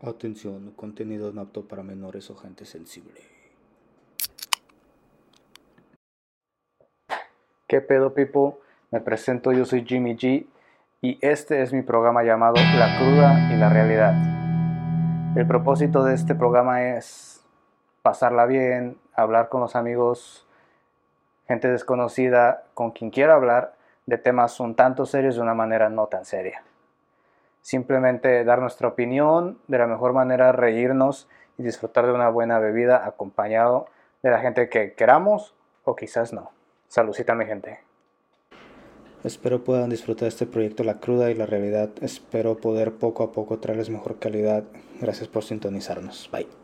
Atención, contenido no apto para menores o gente sensible. ¿Qué pedo, people? Me presento, yo soy Jimmy G y este es mi programa llamado La Cruda y la Realidad. El propósito de este programa es pasarla bien, hablar con los amigos, gente desconocida, con quien quiera hablar de temas un tanto serios de una manera no tan seria. Simplemente dar nuestra opinión, de la mejor manera reírnos y disfrutar de una buena bebida acompañado de la gente que queramos o quizás no. Saludcita, mi gente. Espero puedan disfrutar de este proyecto La Cruda y la Realidad. Espero poder poco a poco traerles mejor calidad. Gracias por sintonizarnos. Bye.